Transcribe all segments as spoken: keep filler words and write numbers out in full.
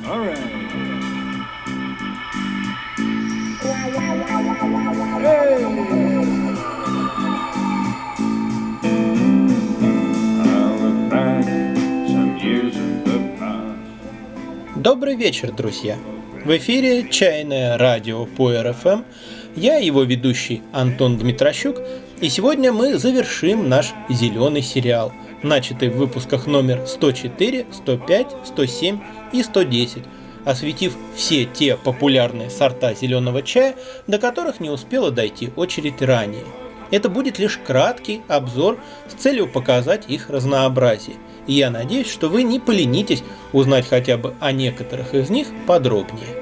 Добрый вечер, друзья! В эфире «Чайное радио» по эр эф эм. Я его ведущий Антон Дмитрощук, и сегодня мы завершим наш зеленый сериал, начатый в выпусках номер сто четыре, сто пять, сто семь и сто десять, осветив все те популярные сорта зеленого чая, до которых не успела дойти очередь ранее. Это будет лишь краткий обзор с целью показать их разнообразие, и я надеюсь, что вы не поленитесь узнать хотя бы о некоторых из них подробнее.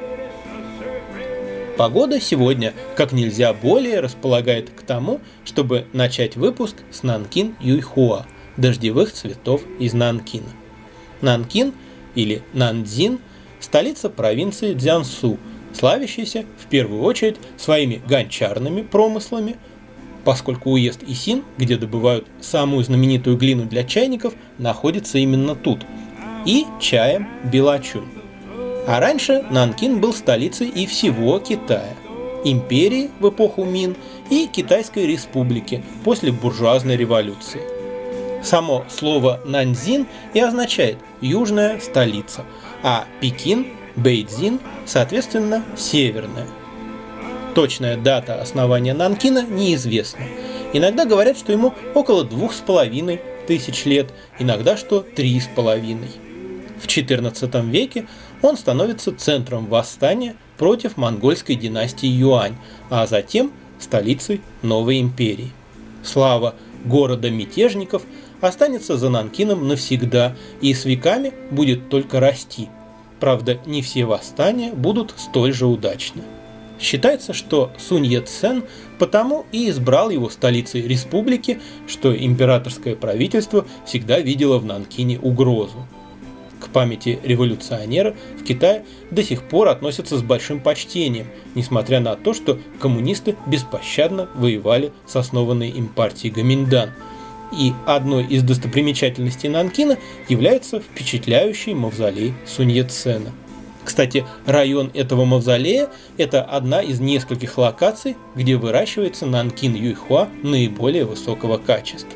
Погода сегодня как нельзя более располагает к тому, чтобы начать выпуск с Нанкин Юйхуа, дождевых цветов из Нанкина. Нанкин или Наньцзин – столица провинции Цзянсу, славящаяся в первую очередь своими гончарными промыслами, поскольку уезд Исин, где добывают самую знаменитую глину для чайников, находится именно тут, и чаем Белачунь. А раньше Нанкин был столицей и всего Китая, империи в эпоху Мин и Китайской республики после буржуазной революции. Само слово Наньцзин и означает «южная столица», а Пекин, Бэйцзин, соответственно, северная. Точная дата основания Нанкина неизвестна. Иногда говорят, что ему около двух с половиной тысяч лет, иногда что три с половиной. В четырнадцатом веке он становится центром восстания против монгольской династии Юань, а затем столицей новой империи. Слава города мятежников останется за Нанкином навсегда и с веками будет только расти. Правда, не все восстания будут столь же удачны. Считается, что Сунь Яцен потому и избрал его столицей республики, что императорское правительство всегда видело в Нанкине угрозу. К памяти революционера в Китае до сих пор относятся с большим почтением, несмотря на то, что коммунисты беспощадно воевали с основанной им партией Гоминьдан. И одной из достопримечательностей Нанкина является впечатляющий мавзолей Сунь Яцена. Кстати, район этого мавзолея – это одна из нескольких локаций, где выращивается Нанкин Юйхуа наиболее высокого качества.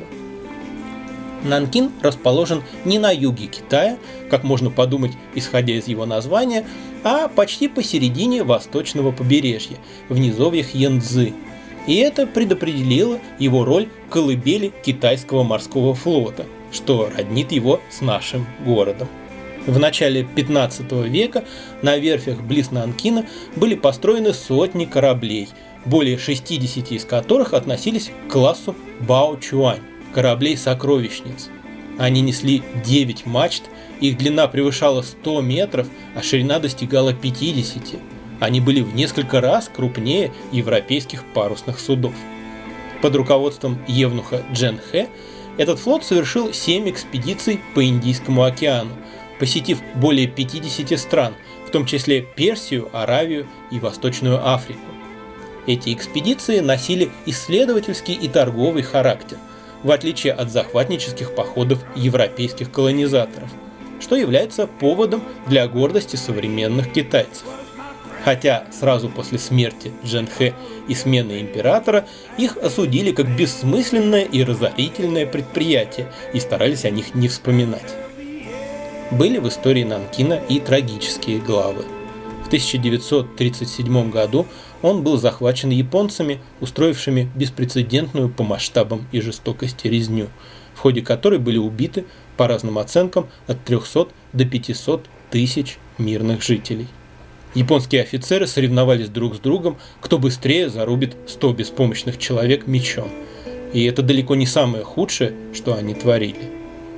Нанкин расположен не на юге Китая, как можно подумать, исходя из его названия, а почти посередине восточного побережья, в низовьях Янцзы. И это предопределило его роль колыбели китайского морского флота, что роднит его с нашим городом. В начале пятнадцатого века на верфях близ Нанкина были построены сотни кораблей, более шестидесяти из которых относились к классу Баочуань, кораблей-сокровищниц. Они несли девять мачт, их длина превышала сто метров, а ширина достигала пятидесяти. Они были в несколько раз крупнее европейских парусных судов. Под руководством евнуха Джен Хэ этот флот совершил семь экспедиций по Индийскому океану, посетив более пятидесяти стран, в том числе Персию, Аравию и Восточную Африку. Эти экспедиции носили исследовательский и торговый характер, в отличие от захватнических походов европейских колонизаторов, что является поводом для гордости современных китайцев. Хотя сразу после смерти Джен Хэ и смены императора их осудили как бессмысленное и разорительное предприятие и старались о них не вспоминать. Были в истории Нанкина и трагические главы. В тысяча девятьсот тридцать седьмом году он был захвачен японцами, устроившими беспрецедентную по масштабам и жестокости резню, в ходе которой были убиты, по разным оценкам, от трехсот до пятисот тысяч мирных жителей. Японские офицеры соревновались друг с другом, кто быстрее зарубит сто беспомощных человек мечом. И это далеко не самое худшее, что они творили.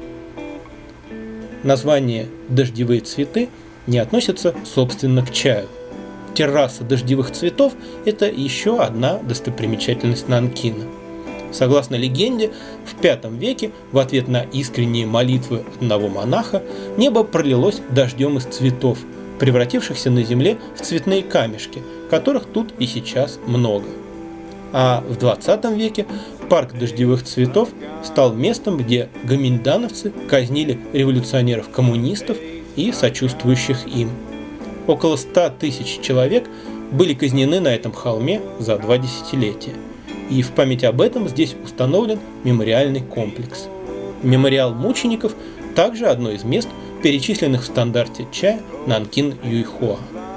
Название «дождевые цветы» не относится, собственно, к чаю. Терраса дождевых цветов – это еще одна достопримечательность Нанкина. Согласно легенде, в пятом веке в ответ на искренние молитвы одного монаха небо пролилось дождем из цветов, превратившихся на земле в цветные камешки, которых тут и сейчас много. А в двадцатом веке парк дождевых цветов стал местом, где гоминьдановцы казнили революционеров-коммунистов и сочувствующих им. Около ста тысяч человек были казнены на этом холме за два десятилетия. И в память об этом здесь установлен мемориальный комплекс. Мемориал мучеников также одно из мест, перечисленных в стандарте чая Нанкин Юйхуа.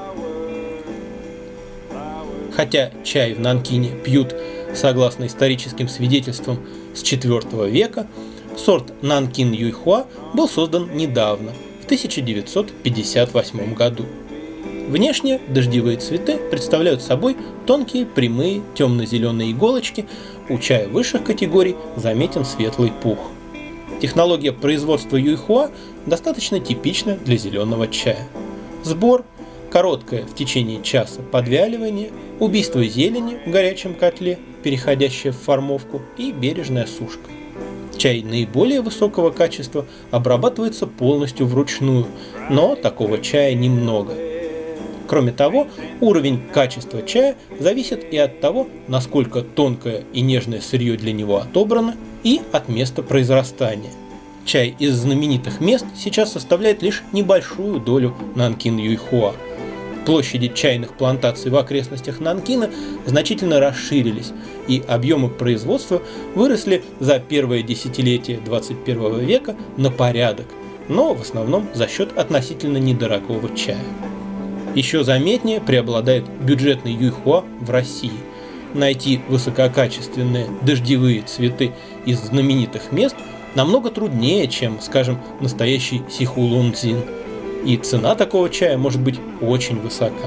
Хотя чай в Нанкине пьют, согласно историческим свидетельствам, с четвёртого века, сорт Нанкин Юйхуа был создан недавно, в тысяча девятьсот пятьдесят восьмом году. Внешне дождевые цветы представляют собой тонкие, прямые, темно-зеленые иголочки, у чая высших категорий заметен светлый пух. Технология производства юйхуа достаточно типична для зеленого чая. Сбор, короткое в течение часа подвяливание, убийство зелени в горячем котле, переходящее в формовку, и бережная сушка. Чай наиболее высокого качества обрабатывается полностью вручную, но такого чая немного. Кроме того, уровень качества чая зависит и от того, насколько тонкое и нежное сырье для него отобрано, и от места произрастания. Чай из знаменитых мест сейчас составляет лишь небольшую долю Нанкин Юйхуа. Площади чайных плантаций в окрестностях Нанкина значительно расширились, и объемы производства выросли за первое десятилетие двадцать первого века на порядок, но в основном за счет относительно недорогого чая. Еще заметнее преобладает бюджетный юйхуа в России. Найти высококачественные дождевые цветы из знаменитых мест намного труднее, чем, скажем, настоящий сихулунцзин. И цена такого чая может быть очень высока.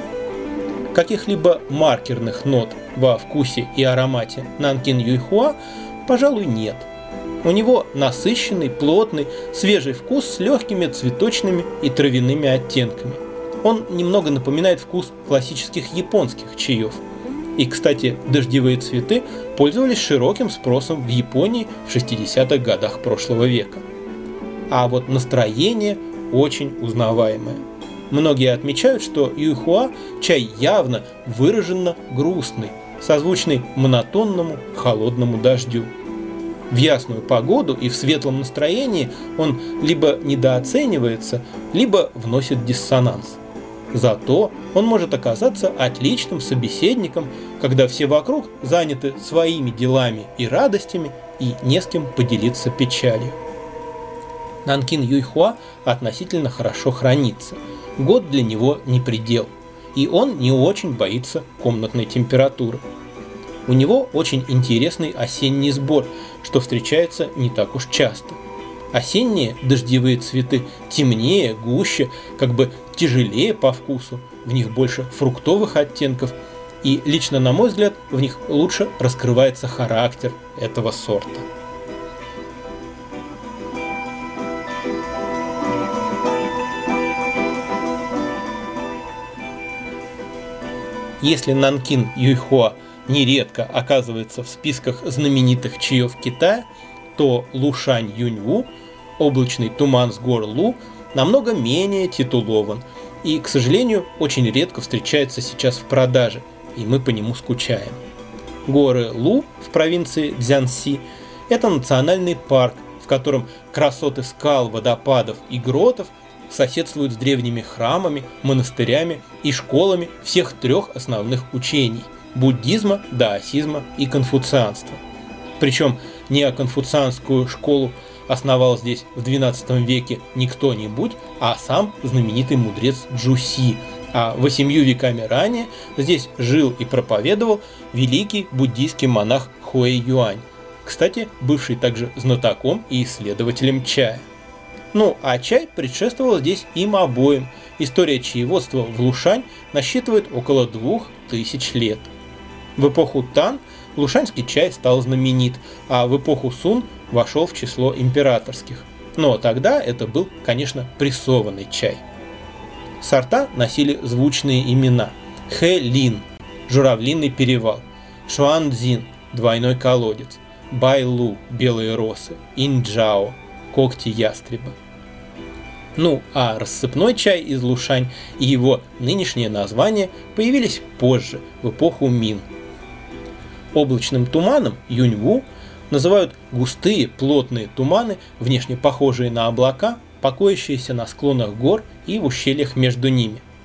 Каких-либо маркерных нот во вкусе и аромате Нанкин Юйхуа, пожалуй, нет. У него насыщенный, плотный, свежий вкус с легкими цветочными и травяными оттенками. Он немного напоминает вкус классических японских чаев. И, кстати, дождевые цветы пользовались широким спросом в Японии в шестидесятых годах прошлого века. А вот настроение очень узнаваемое. Многие отмечают, что юйхуа – чай явно выраженно грустный, созвучный монотонному холодному дождю. В ясную погоду и в светлом настроении он либо недооценивается, либо вносит диссонанс. Зато он может оказаться отличным собеседником, когда все вокруг заняты своими делами и радостями и не с кем поделиться печалью. Нанкин Юйхуа относительно хорошо хранится. Год для него не предел, и он не очень боится комнатной температуры. У него очень интересный осенний сбор, что встречается не так уж часто. Осенние дождевые цветы темнее, гуще, как бы тяжелее по вкусу, в них больше фруктовых оттенков, и лично на мой взгляд в них лучше раскрывается характер этого сорта. Если Нанкин Юйхуа нередко оказывается в списках знаменитых чаев Китая, то Лушань Юньву, облачный туман с гор Лу, намного менее титулован и, к сожалению, очень редко встречается сейчас в продаже, и мы по нему скучаем. Горы Лу в провинции Цзянси – это национальный парк, в котором красоты скал, водопадов и гротов соседствуют с древними храмами, монастырями и школами всех трех основных учений – буддизма, даосизма и конфуцианства. Причем неоконфуцианскую школу основал здесь в двенадцатом веке не кто-нибудь, а сам знаменитый мудрец Джуси, а восемью веками ранее здесь жил и проповедовал великий буддийский монах Хуэй Юань, кстати, бывший также знатоком и исследователем чая. Ну, а чай предшествовал здесь им обоим. История чаеводства в Лушань насчитывает около двух тысяч лет. В эпоху Тан лушаньский чай стал знаменит, а в эпоху Сун вошел в число императорских. Но тогда это был, конечно, прессованный чай. Сорта носили звучные имена: Хэ-Лин – журавлиный перевал, Шуан-Дзин – двойной колодец, Байлу – белые росы, Инджао – когти ястреба. Ну, а рассыпной чай из Лушань и его нынешнее название появились позже, в эпоху Мин. Облачным туманом Юньву называют густые плотные туманы, внешне похожие на облака, покоящиеся на склонах гор и в ущельях между ними.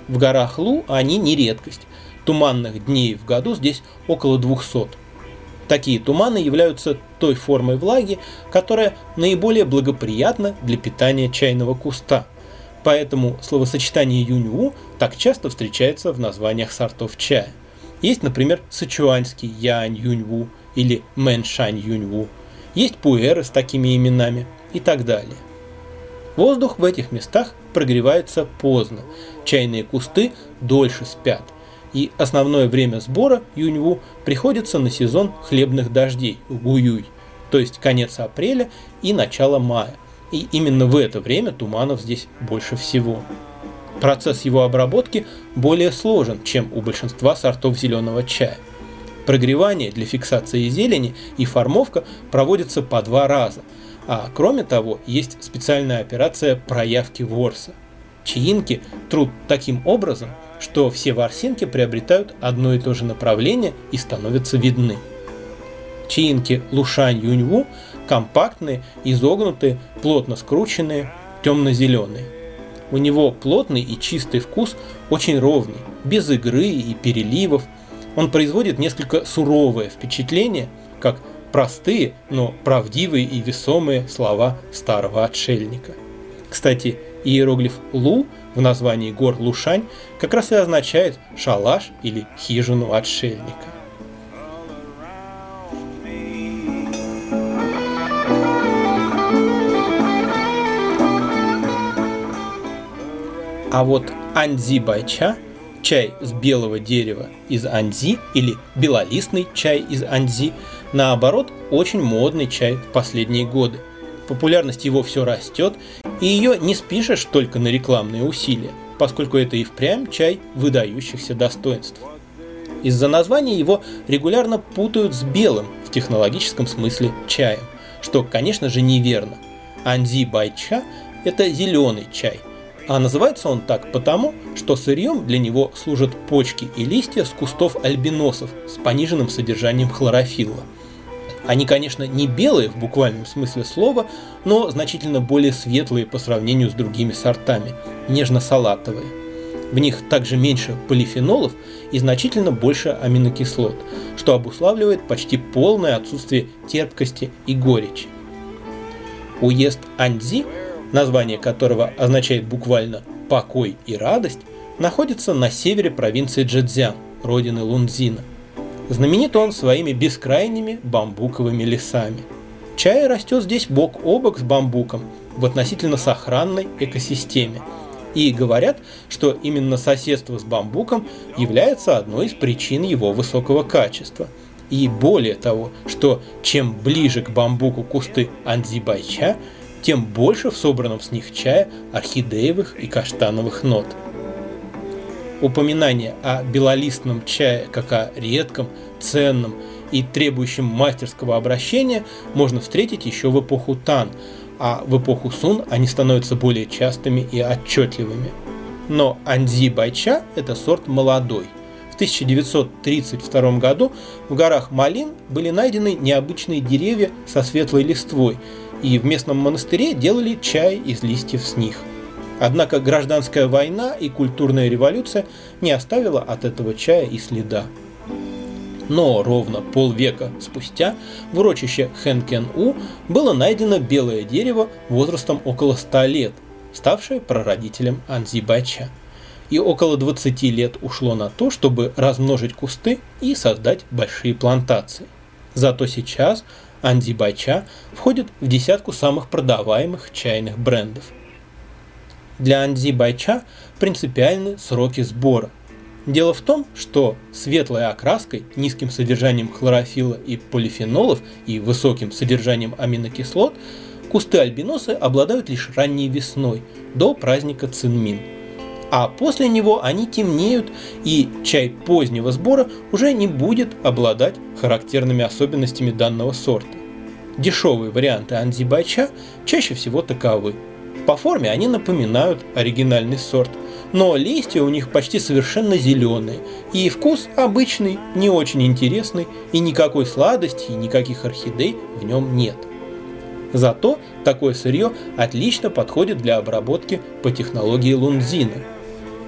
В горах Лу они не редкость. Туманных дней в году здесь около двухсот. Такие туманы являются той формой влаги, которая наиболее благоприятна для питания чайного куста. Поэтому словосочетание юньву так часто встречается в названиях сортов чая. Есть, например, сычуанский Янь Юньву или Мэншань Юньву. Есть пуэры с такими именами и так далее. Воздух в этих местах прогревается поздно, чайные кусты дольше спят, и основное время сбора юньву приходится на сезон хлебных дождей гуюй, то есть конец апреля и начало мая, и именно в это время туманов здесь больше всего. Процесс его обработки более сложен, чем у большинства сортов зеленого чая. Прогревание для фиксации зелени и формовка проводятся по два раза, а кроме того есть специальная операция проявки ворса. Чаинки трут таким образом, что все ворсинки приобретают одно и то же направление и становятся видны. Чаинки Лушань Юньву компактные, изогнутые, плотно скрученные, темно-зеленые. У него плотный и чистый вкус, очень ровный, без игры и переливов. Он производит несколько суровое впечатление, как простые, но правдивые и весомые слова старого отшельника. Кстати, иероглиф Лу в названии гор Лушань как раз и означает шалаш или хижину отшельника. А вот анзи байча, чай с белого дерева из анзи или белолистный чай из анзи, наоборот, очень модный чай в последние годы. Популярность его все растет, и ее не спишешь только на рекламные усилия, поскольку это и впрямь чай выдающихся достоинств. Из-за названия его регулярно путают с белым в технологическом смысле чаем, что, конечно же, неверно. Анзи байча – это зеленый чай, а называется он так потому, что сырьем для него служат почки и листья с кустов альбиносов с пониженным содержанием хлорофилла. Они, конечно, не белые в буквальном смысле слова, но значительно более светлые по сравнению с другими сортами, нежно-салатовые. В них также меньше полифенолов и значительно больше аминокислот, что обуславливает почти полное отсутствие терпкости и горечи. Уезд Аньцзи, название которого означает буквально «покой и радость», находится на севере провинции Чжэцзян, родины Лунцзина. Знаменит он своими бескрайними бамбуковыми лесами. Чай растет здесь бок о бок с бамбуком в относительно сохранной экосистеме. И говорят, что именно соседство с бамбуком является одной из причин его высокого качества. И более того, что чем ближе к бамбуку кусты анзи байча, тем больше в собранном с них чая орхидеевых и каштановых нот. Упоминание о белолистном чае как о редком, ценном и требующем мастерского обращения можно встретить еще в эпоху Тан, а в эпоху Сун они становятся более частыми и отчетливыми. Но анзи байча – это сорт молодой. В тысяча девятьсот тридцать втором году в горах Малин были найдены необычные деревья со светлой листвой, и в местном монастыре делали чай из листьев с них. Однако гражданская война и культурная революция не оставила от этого чая и следа. Но ровно полвека спустя в урочище Хэнкэн-У было найдено белое дерево возрастом около ста лет, ставшее прародителем анзи байча. И около двадцати лет ушло на то, чтобы размножить кусты и создать большие плантации. Зато сейчас анзи байча входит в десятку самых продаваемых чайных брендов. Для анзи байча принципиальны сроки сбора. Дело в том, что светлой окраской, низким содержанием хлорофилла и полифенолов и высоким содержанием аминокислот кусты альбиносы обладают лишь ранней весной, до праздника Цинмин. А после него они темнеют, и чай позднего сбора уже не будет обладать характерными особенностями данного сорта. Дешевые варианты анзи байча чаще всего таковы. По форме они напоминают оригинальный сорт, но листья у них почти совершенно зеленые, и вкус обычный, не очень интересный, и никакой сладости и никаких орхидей в нем нет. Зато такое сырье отлично подходит для обработки по технологии Лунцзина.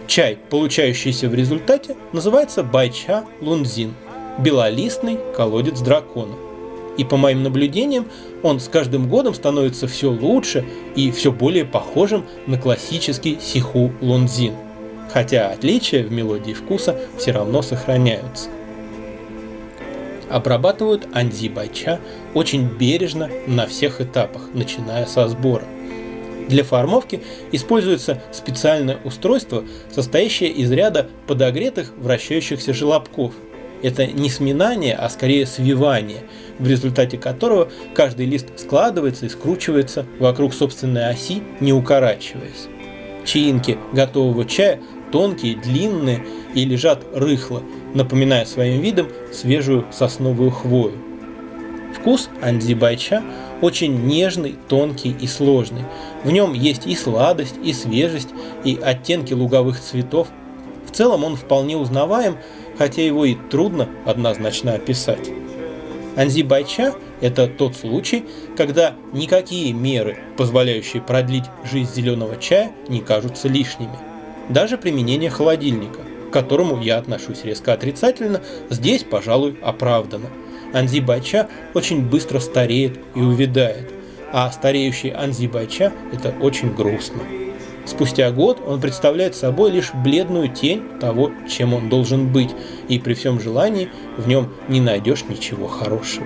Чай, получающийся в результате, называется байча лунзин – белолистный колодец дракона. И по моим наблюдениям, он с каждым годом становится все лучше и все более похожим на классический сиху лунзин. Хотя отличия в мелодии вкуса все равно сохраняются. Обрабатывают анзи байча очень бережно на всех этапах, начиная со сбора. Для формовки используется специальное устройство, состоящее из ряда подогретых вращающихся желобков. Это не сминание, а скорее свивание, в результате которого каждый лист складывается и скручивается вокруг собственной оси, не укорачиваясь. Чаинки готового чая тонкие, длинные и лежат рыхло, напоминая своим видом свежую сосновую хвою. Вкус анзи байча очень нежный, тонкий и сложный. В нем есть и сладость, и свежесть, и оттенки луговых цветов. В целом он вполне узнаваем, хотя его и трудно однозначно описать. Анзи байча – это тот случай, когда никакие меры, позволяющие продлить жизнь зеленого чая, не кажутся лишними. Даже применение холодильника, к которому я отношусь резко отрицательно, здесь, пожалуй, оправдано. Анзи байча очень быстро стареет и увядает, а стареющий анзи байча – это очень грустно. Спустя год он представляет собой лишь бледную тень того, чем он должен быть, и при всем желании в нем не найдешь ничего хорошего.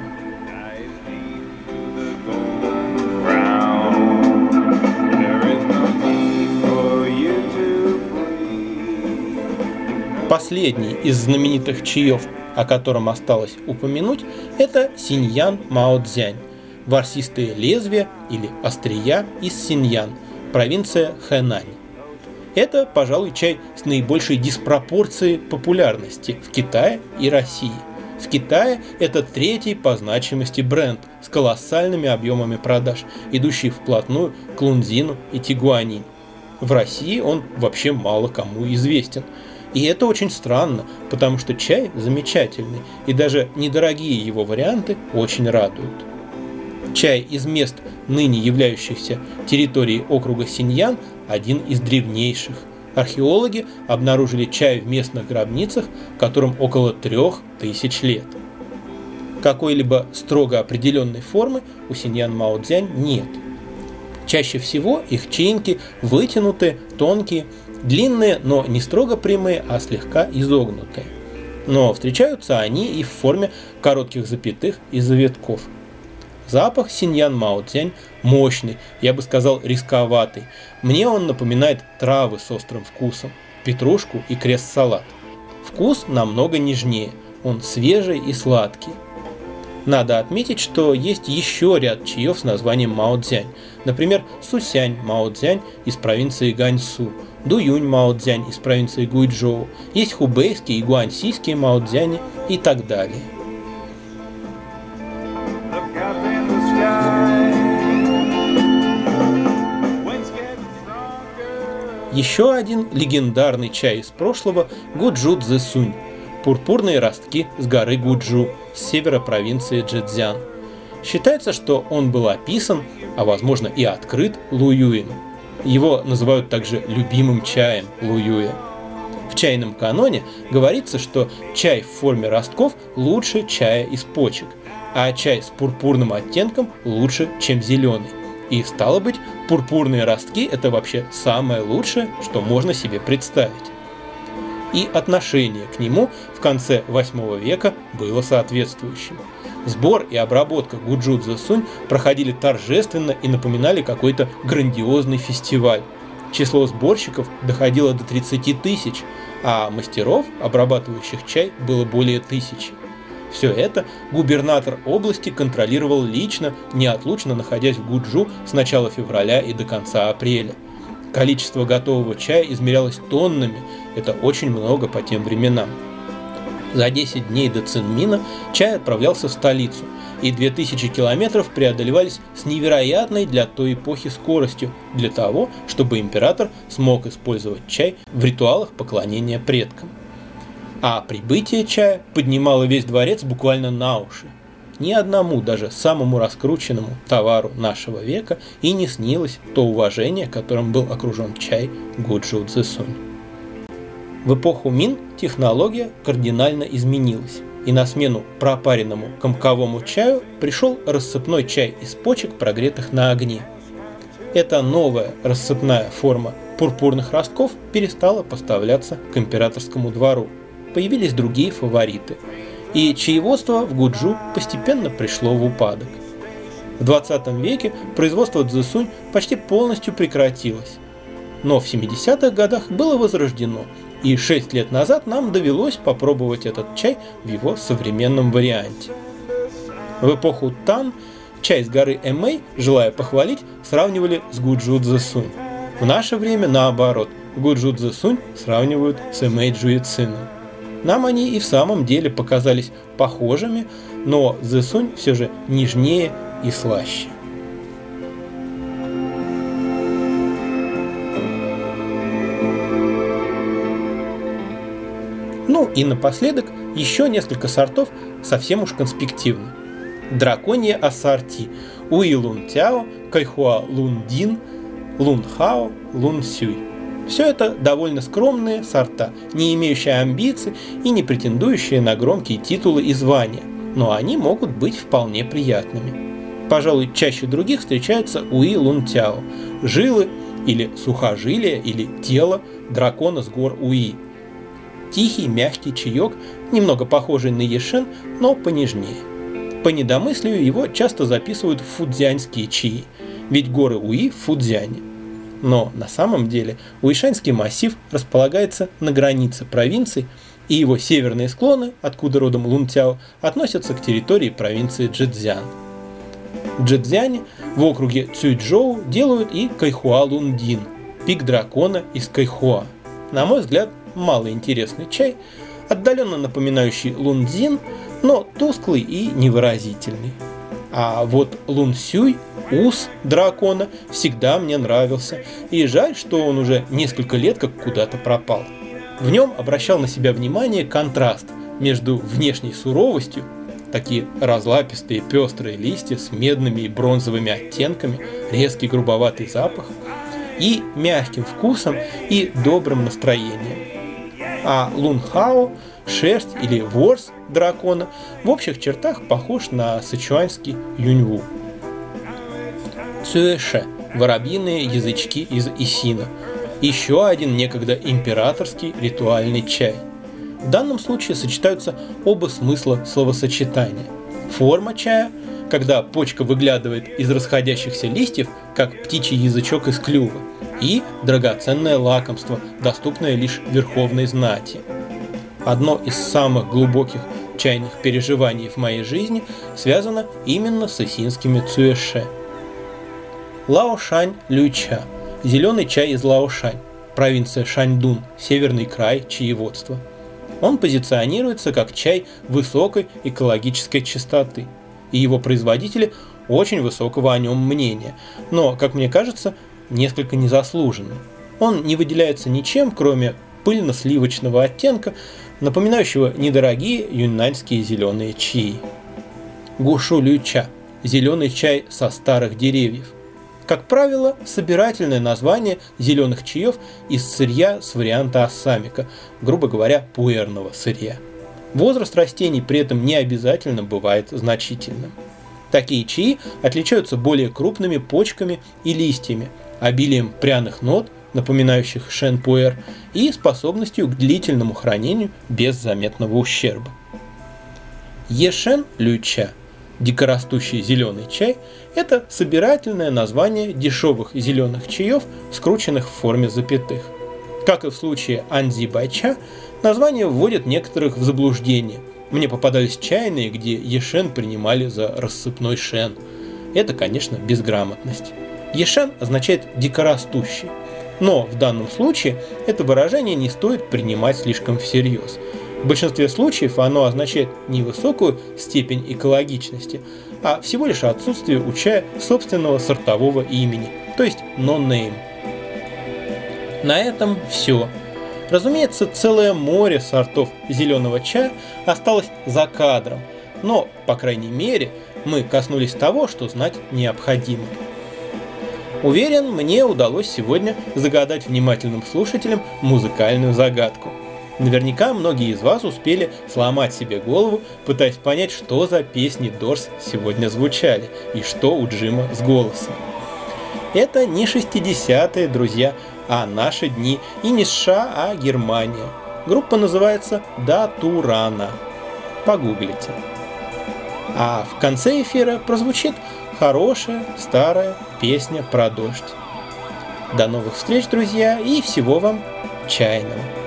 Последний из знаменитых чаев, о котором осталось упомянуть, это синьян маоцзянь, ворсистые лезвия или острия из Синьян, провинция Хэнань. Это, пожалуй, чай с наибольшей диспропорцией популярности в Китае и России. В Китае это третий по значимости бренд с колоссальными объемами продаж, идущий вплотную к лунзину и тигуанин. В России он вообще мало кому известен. И это очень странно, потому что чай замечательный, и даже недорогие его варианты очень радуют. Чай из мест, ныне являющихся территорией округа Синьян, один из древнейших. Археологи обнаружили чай в местных гробницах, которым около трех тысяч лет. Какой-либо строго определенной формы у синьян маоцзянь нет. Чаще всего их чаинки вытянутые, тонкие, длинные, но не строго прямые, а слегка изогнутые. Но встречаются они и в форме коротких запятых и завитков. Запах синьян маоцзянь мощный, я бы сказал рисковатый. Мне он напоминает травы с острым вкусом, петрушку и крест-салат. Вкус намного нежнее, он свежий и сладкий. Надо отметить, что есть еще ряд чаев с названием маоцзянь. Например, сусянь маоцзянь из провинции Ганьсу, дуюнь маоцзянь из провинции Гуйчжоу, есть хубейские и гуаньсийские маоцзяни и так далее. Еще один легендарный чай из прошлого – Гуджу Цзэсунь, пурпурные ростки с горы Гуджу, с севера провинции Чжэцзян. Считается, что он был описан, а возможно и открыт Лу Юем. Его называют также любимым чаем Лу Юя. В чайном каноне говорится, что чай в форме ростков лучше чая из почек, а чай с пурпурным оттенком лучше, чем зеленый. И стало быть, пурпурные ростки – это вообще самое лучшее, что можно себе представить. И отношение к нему в конце восьмого века было соответствующим. Сбор и обработка Гуджу Цзэсунь проходили торжественно и напоминали какой-то грандиозный фестиваль. Число сборщиков доходило до тридцати тысяч, а мастеров, обрабатывающих чай, было более тысячи. Все это губернатор области контролировал лично, неотлучно находясь в Гуджу с начала февраля и до конца апреля. Количество готового чая измерялось тоннами, это очень много по тем временам. За десять дней до Цинмина чай отправлялся в столицу, и две тысячи километров преодолевались с невероятной для той эпохи скоростью, для того, чтобы император смог использовать чай в ритуалах поклонения предкам. А прибытие чая поднимало весь дворец буквально на уши. Ни одному, даже самому раскрученному товару нашего века и не снилось то уважение, которым был окружен чай Гуджу Цзэсунь. В эпоху Мин технология кардинально изменилась, и на смену пропаренному комковому чаю пришел рассыпной чай из почек, прогретых на огне. Эта новая рассыпная форма пурпурных ростков перестала поставляться к императорскому двору. Появились другие фавориты, и чаеводство в Гуджу постепенно пришло в упадок. В двадцатом веке производство цзэсунь почти полностью прекратилось, но в семидесятых годах было возрождено, и шесть лет назад нам довелось попробовать этот чай в его современном варианте. В эпоху Тан чай с горы Эмэй, желая похвалить, сравнивали с Гуджу цзэсунь. В наше время наоборот, Гуджу цзэсунь сравнивают с Эмэй джуэцином. Нам они и в самом деле показались похожими, но цзэсунь все же нежнее и слаще. Ну и напоследок еще несколько сортов совсем уж конспективны. Драконье ассорти Уи Лун Тяо, Кайхуа Лун Дин, Лун Хао, Лун Сюй. Все это довольно скромные сорта, не имеющие амбиций и не претендующие на громкие титулы и звания, но они могут быть вполне приятными. Пожалуй, чаще других встречаются Уи Лун Тяо, жилы или сухожилия или тело дракона с гор Уи. Тихий, мягкий чаек, немного похожий на ешен, но понежнее. По недомыслию его часто записывают в фудзянские чаи, ведь горы Уи в Фудзяне. Но на самом деле Уишанский массив располагается на границе провинций, и его северные склоны, откуда родом Лунтяо, относятся к территории провинции Чжэцзян. В Чжэцзяне в округе Цюйчжоу делают и Кайхуа Лундин, пик дракона из Кайхуа. На мой взгляд, малоинтересный чай, отдаленно напоминающий лунцзин, но тусклый и невыразительный. А вот лунсюй, ус дракона, всегда мне нравился, и жаль, что он уже несколько лет как куда-то пропал. В нем обращал на себя внимание контраст между внешней суровостью, такие разлапистые пестрые листья с медными и бронзовыми оттенками, резкий грубоватый запах, и мягким вкусом и добрым настроением. А Лунхао, шерсть или ворс дракона, в общих чертах похож на сычуанский юньву. Цюэше – воробьиные язычки из Исина. Еще один некогда императорский ритуальный чай. В данном случае сочетаются оба смысла словосочетания. Форма чая, когда почка выглядывает из расходящихся листьев, как птичий язычок из клюва, и драгоценное лакомство, доступное лишь верховной знати. Одно из самых глубоких чайных переживаний в моей жизни связано именно с исинскими цюэше. Лаошань Люйча – зеленый чай из Лаошань, провинция Шаньдун, северный край чаеводства. Он позиционируется как чай высокой экологической чистоты, и его производители очень высокого о нем мнения, но, как мне кажется, несколько незаслуженно. Он не выделяется ничем, кроме пыльно-сливочного оттенка, напоминающего недорогие юннаньские зеленые чаи. Гушу Люйча – зеленый чай со старых деревьев. Как правило, собирательное название зеленых чаев из сырья с варианта ассамика, грубо говоря, пуэрного сырья. Возраст растений при этом не обязательно бывает значительным. Такие чаи отличаются более крупными почками и листьями, обилием пряных нот, напоминающих шен-пуэр, и способностью к длительному хранению без заметного ущерба. Ешен Люйча, дикорастущий зеленый чай, это собирательное название дешевых зеленых чаев, скрученных в форме запятых. Как и в случае Анзи Байча, название вводит некоторых в заблуждение. Мне попадались чайные, где ешен принимали за рассыпной шен. Это, конечно, безграмотность. Ешен означает дикорастущий. Но в данном случае это выражение не стоит принимать слишком всерьез. В большинстве случаев оно означает не высокую степень экологичности, а всего лишь отсутствие у чая собственного сортового имени, то есть no-name. На этом все. Разумеется, целое море сортов зеленого чая осталось за кадром, но, по крайней мере, мы коснулись того, что знать необходимо. Уверен, мне удалось сегодня загадать внимательным слушателям музыкальную загадку. Наверняка многие из вас успели сломать себе голову, пытаясь понять, что за песни Doors сегодня звучали и что у Джима с голосом. Это не шестидесятые, друзья, а наши дни, и не США, а Германия. Группа называется Датурана. Погуглите. А в конце эфира прозвучит хорошая старая песня про дождь. До новых встреч, друзья, и всего вам чайного.